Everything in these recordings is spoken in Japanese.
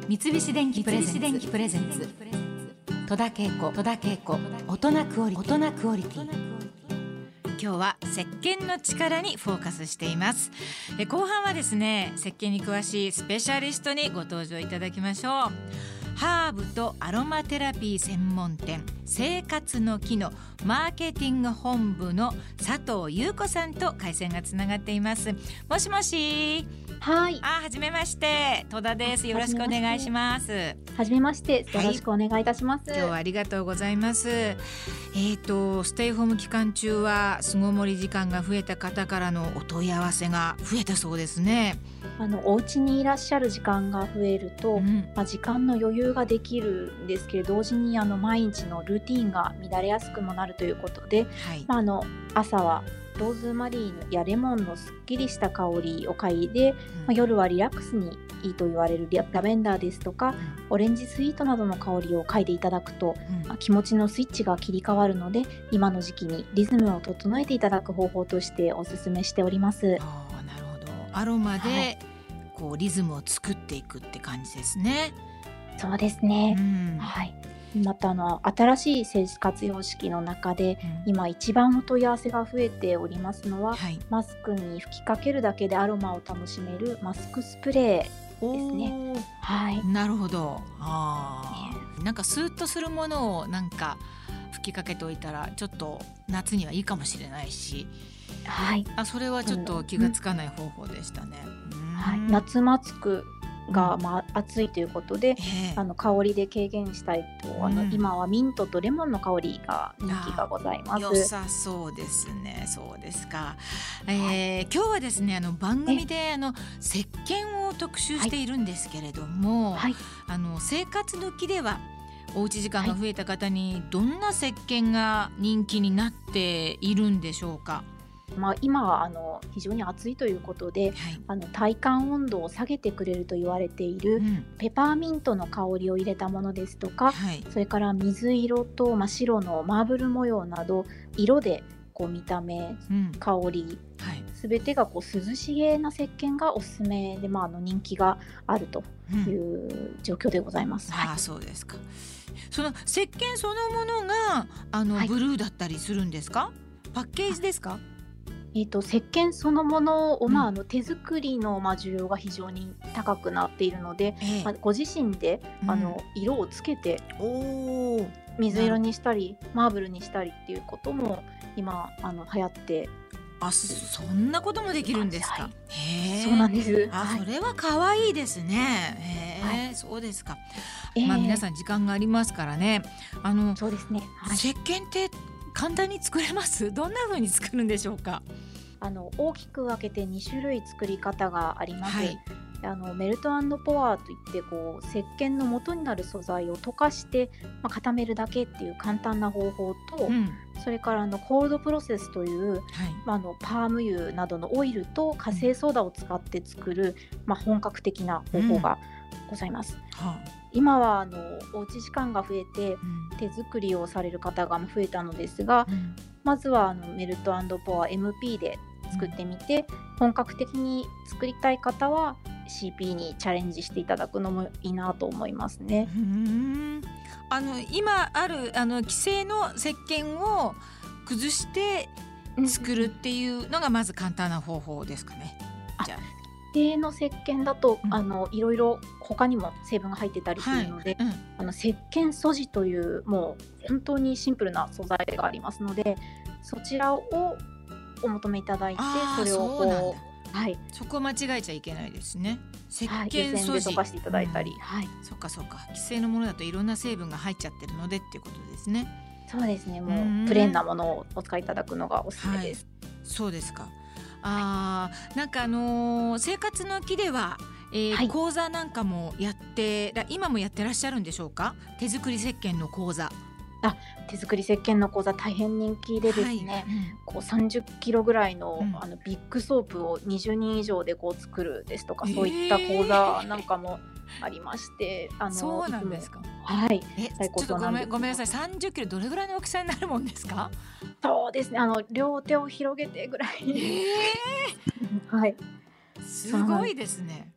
三菱電機プレゼンツ戸田恵子大人クオリティ。今日は石鹸の力にフォーカスしています。後半はですね、石鹸に詳しいスペシャリストにご登場いただきましょう。ハーブとアロマテラピー専門店生活の木のマーケティング本部の佐藤優子さんと回線がつながっています。もしもし。 はい。 はじめまして、戸田です。よろしくお願いします。 はじめまして、よろしくお願いいたします。 今日はありがとうございます。ステイホーム期間中は巣ごもり時間が増えた方からのお問い合わせが増えたそうですね。 お家にいらっしゃる時間が増えると、時間の余裕ができるんですけれど、同時に毎日のルーティーンが乱れやすくもなるということで、朝はローズマリーやレモンのすっきりした香りを嗅いで、夜はリラックスにいいと言われるラベンダーですとか、オレンジスイートなどの香りを嗅いでいただくと、気持ちのスイッチが切り替わるので、今の時期にリズムを整えていただく方法としてお勧めしております。 なるほど。アロマで、リズムを作っていくって感じですね。 そうですね。また新しい生活様式の中で、今一番お問い合わせが増えておりますのは、マスクに吹きかけるだけでアロマを楽しめるマスクスプレーですね。 なるほど。なんかスーッとするものを吹きかけておいたらちょっと夏にはいいかもしれないし、それはちょっと気がつかない方法でしたね。 夏マスクが暑いということで、香りで軽減したいと、今はミントとレモンの香りが人気がございます。 良さそうですね。そうですか。今日はですね、番組で石鹸を特集しているんですけれども、生活の木ではおうち時間が増えた方にどんな石鹸が人気になっているんでしょうか。 今は非常に暑いということで、体感温度を下げてくれると言われている、ペパーミントの香りを入れたものですとか、それから水色と白のマーブル模様など色で見た目、香り、全てが涼しげな石鹸がおすすめで、人気があるという状況でございます。 そうですか。その石鹸そのものがブルーだったりするんですか？パッケージですか？ 石鹸そのものを、手作りの需要が非常に高くなっているので、ご自身で色をつけて水色にしたりマーブルにしたりっていうことも今流行って、 そんなこともできるんですか？ そうなんです。 それは可愛いですね。そうですか。皆さん時間がありますからね。 そうですね。 石鹸って簡単に作れます？どんな風に作るんでしょうか？ 大きく分けて2種類作り方があります。メルト&ポワーといって、石鹸の元になる素材を溶かして、固めるだけっていう簡単な方法と、それからコールドプロセスという、パーム油などのオイルと活性ソーダを使って作る、本格的な方法がございます。今はおうち時間が増えて、手作りをされる方が増えたのですが、まずはメルト&ポワー MP で作ってみて、本格的に作りたい方は CP にチャレンジしていただくのもいいなと思いますね。 今ある既製の石鹸を崩して作るっていうのがまず簡単な方法ですかね。 既製の石鹸だと、いろいろ他にも成分が入ってたりするので、石鹸素地というもう本当にシンプルな素材がありますので、そちらをお求めいただいて、それをそこ間違えちゃいけないですね。石鹸素地で溶かしていただいたり、 そっか既製のものだといろんな成分が入っちゃってるのでっていうことですね。 そうですね。もうプレーンなものをお使いいただくのがおすすめです。 そうですか。生活の木では、講座なんかも今もやってらっしゃるんでしょうか？手作り石鹸の講座。 手作り石鹸の講座大変人気でですね、30キロぐらいの、ビッグソープを20人以上で作るですとか、そういった講座なんかもありまして、 そうなんですか？ちょっとごめんなさい。30キロどれぐらいの大きさになるもんですか？ そうですね。両手を広げてぐらい。 すごいですね。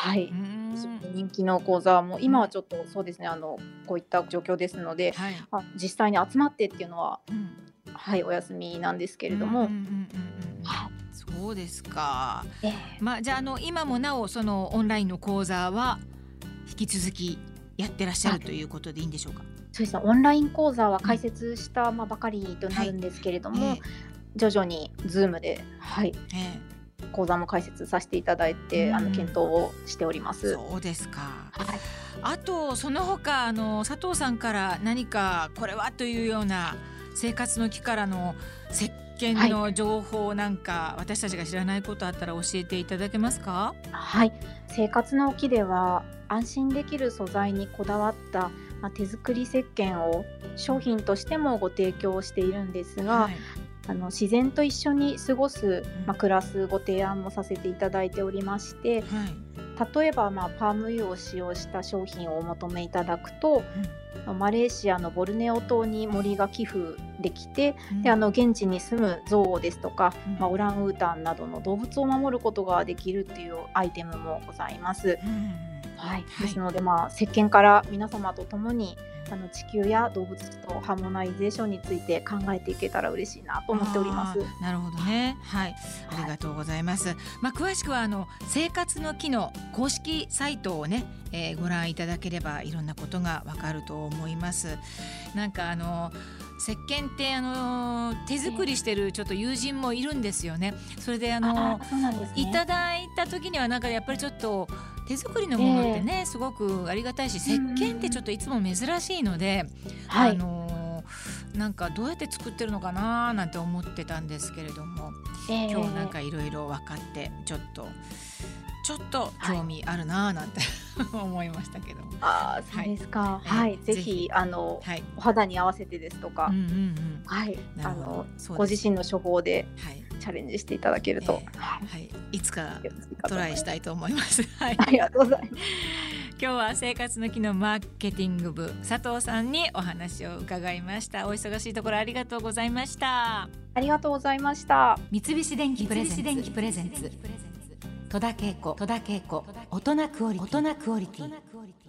はい、人気の講座も今はちょっとそうですね、こういった状況ですので、 はい、 実際に集まってっていうのは、 うん、 はい、お休みなんですけれども、 うんうんうんうんうん、 はい、 そうですか。 ええ、 じゃあ、今もなおそのオンラインの講座は引き続きやってらっしゃるということでいいんでしょうか。 そうですね、オンライン講座は開うん、 設した、ばかりとなはい、 るんですけれどえも、 え徐々に Zoom で、はい、 ええ、 講座も開設させていただいて、検討をしております。 そうですか。 はい。 あとその他佐藤さんから何かこれはというような生活の木からの石鹸の情報なんか、私たちが知らないことあったら教えていただけますか？ はい、生活の木では安心できる素材にこだわった、手作り石鹸を商品としてもご提供しているんですが、 はい、 自然と一緒に過ごす、 うん、 暮らすご提案もさせていただいておりまして、 はい、 例えば、パーム油を使用した商品をお求めいただくと、マレーシアのボルネオ島に森が寄付できて、で現地に住むゾウですとか、オランウータンなどの動物を守ることができるっていうアイテムもございます。はい、ですので、石鹸から皆様と共に地球や動物とハーモナイゼーションについて考えていけたら嬉しいなと思っております。 なるほどね。はい、ありがとうございます。詳しくは生活の木の公式サイトをね、ご覧いただければいろんなことがわかると思います。なんか石鹸って手作りしてるちょっと友人もいるんですよね。それでそうなんですね。 いただいた時にはなんかやっぱりちょっと手作りのものってね、すごくありがたいし、石鹸ってちょっといつも珍しいので、 はい、 なんかどうやって作ってるのかななんて思ってたんですけれども、今日なんかいろいろ分かってちょっと興味あるななんて、思いましたけども。 そうですか。はい、ぜひお肌に合わせてですとか、はい、ご自身の処方でチャレンジしていただけると、 いつかトライしたいと思います。 ありがとうございます。 今日は生活の木のマーケティング部佐藤さんにお話を伺いました。お忙しいところありがとうございました。 ありがとうございました。 三菱電機プレゼンツ戸田恵子大人クオリティ。